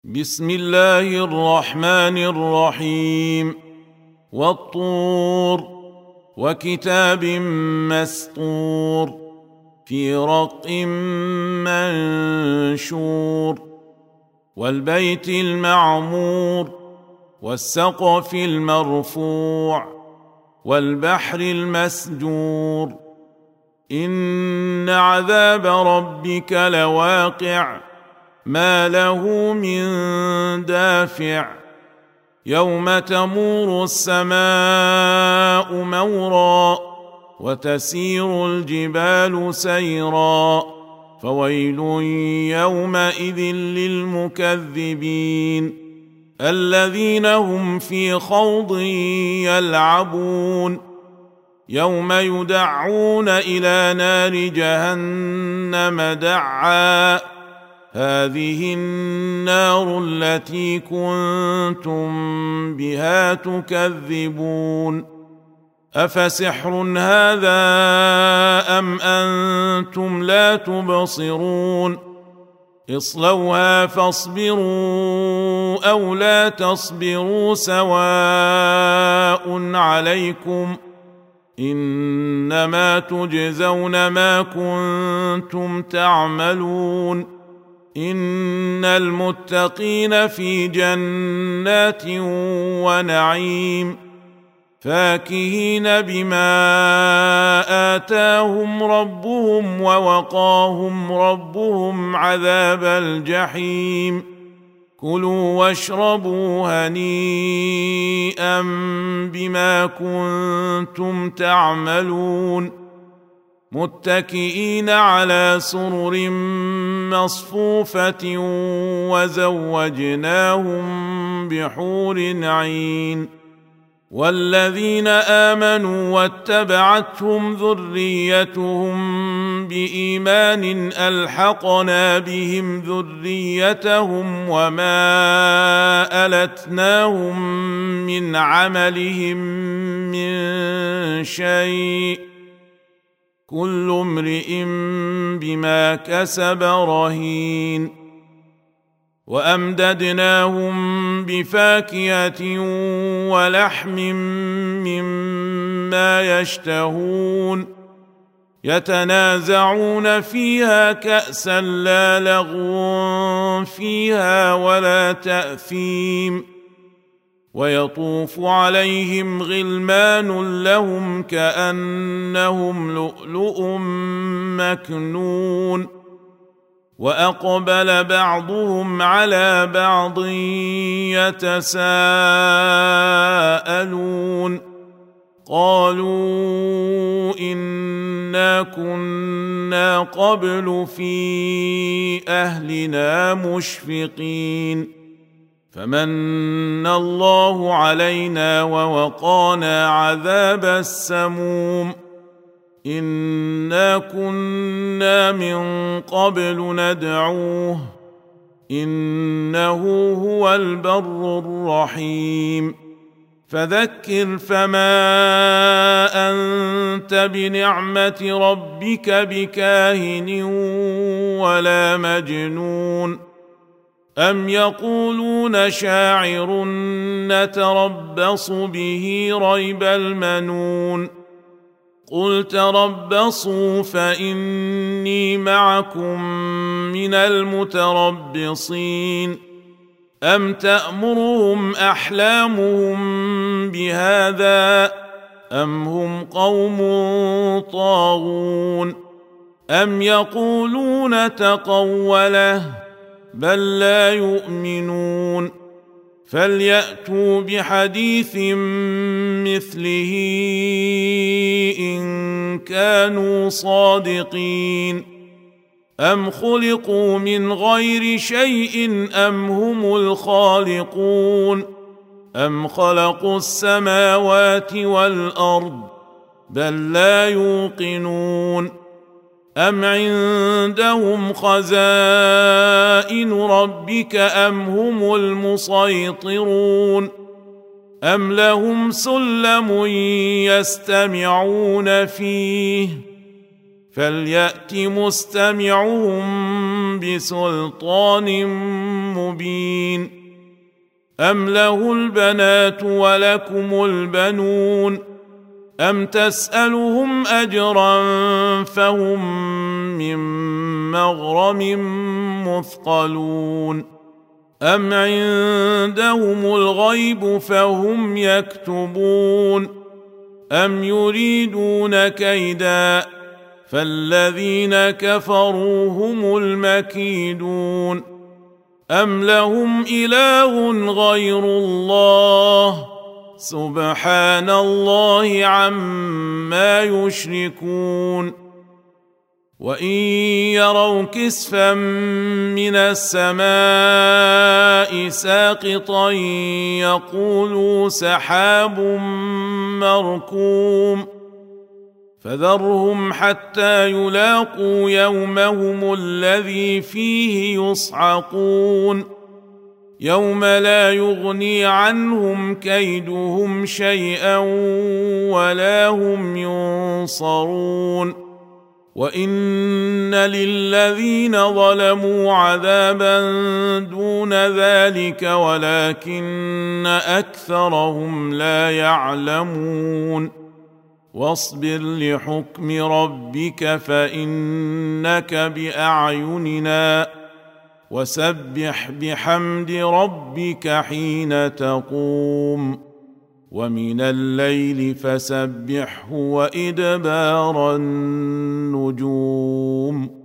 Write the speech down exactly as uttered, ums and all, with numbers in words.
بسم الله الرحمن الرحيم. والطور وكتاب مسطور في رق منشور والبيت المعمور والسقف المرفوع والبحر المسجور إن عذاب ربك لواقع ما له من دافع يوم تمور السماء مورا وتسير الجبال سيرا فويل يومئذ للمكذبين الذين هم في خوض يلعبون يوم يدعون إلى نار جهنم دعا هذه النار التي كنتم بها تكذبون أفسحر هذا أم أنتم لا تبصرون اصلوها فاصبروا أو لا تصبروا سواء عليكم إنما تجزون ما كنتم تعملون إن المتقين في جنات ونعيم فاكهين بما آتاهم ربهم ووقاهم ربهم عذاب الجحيم كلوا واشربوا هنيئا بما كنتم تعملون متكئين على سرر مصفوفة وزوجناهم بحور عين والذين آمنوا واتبعتهم ذريتهم بإيمان ألحقنا بهم ذريتهم وما ألتناهم من عملهم من شيء كل امرئ بما كسب رهين وأمددناهم بفاكهة ولحم مما يشتهون يتنازعون فيها كأسا لا لغو فيها ولا تأثيم ويطوف عليهم غلمان لهم كأنهم لؤلؤ مكنون وأقبل بعضهم على بعض يتساءلون قالوا إنا كنا قبل في أهلنا مشفقين فمن الله علينا ووقانا عذاب السموم إنا كنا من قبل ندعوه إنه هو البر الرحيم فذكر فما أنت بنعمة ربك بكاهن ولا مجنون أم يقولون شاعر نتربص به ريب المنون قل تربصوا فإني معكم من المتربصين أم تأمرهم أحلامهم بهذا أم هم قوم طاغون أم يقولون تقوله بل لا يؤمنون فليأتوا بحديث مثله إن كانوا صادقين أم خلقوا من غير شيء أم هم الخالقون أم خلقوا السماوات والأرض بل لا يوقنون أم عندهم خزائن ربك أم هم المسيطرون أم لهم سلم يستمعون فيه فليأت مستمعهم بسلطان مبين أم له البنات ولكم البنون أم تسألهم أجرا فهم من مغرم مثقلون أم عندهم الغيب فهم يكتبون أم يريدون كيدا فالذين كفروا هم المكيدون أم لهم إله غير الله سبحان الله عما يشركون وإن يروا كسفا من السماء ساقطا يقولوا سحاب مركوم فذرهم حتى يلاقوا يومهم الذي فيه يصعقون يوم لا يغني عنهم كيدهم شيئا ولا هم ينصرون وإن للذين ظلموا عذابا دون ذلك ولكن أكثرهم لا يعلمون واصبر لحكم ربك فإنك بأعيننا وسبح بحمد ربك حين تقوم ومن الليل فسبحه وإدبار النجوم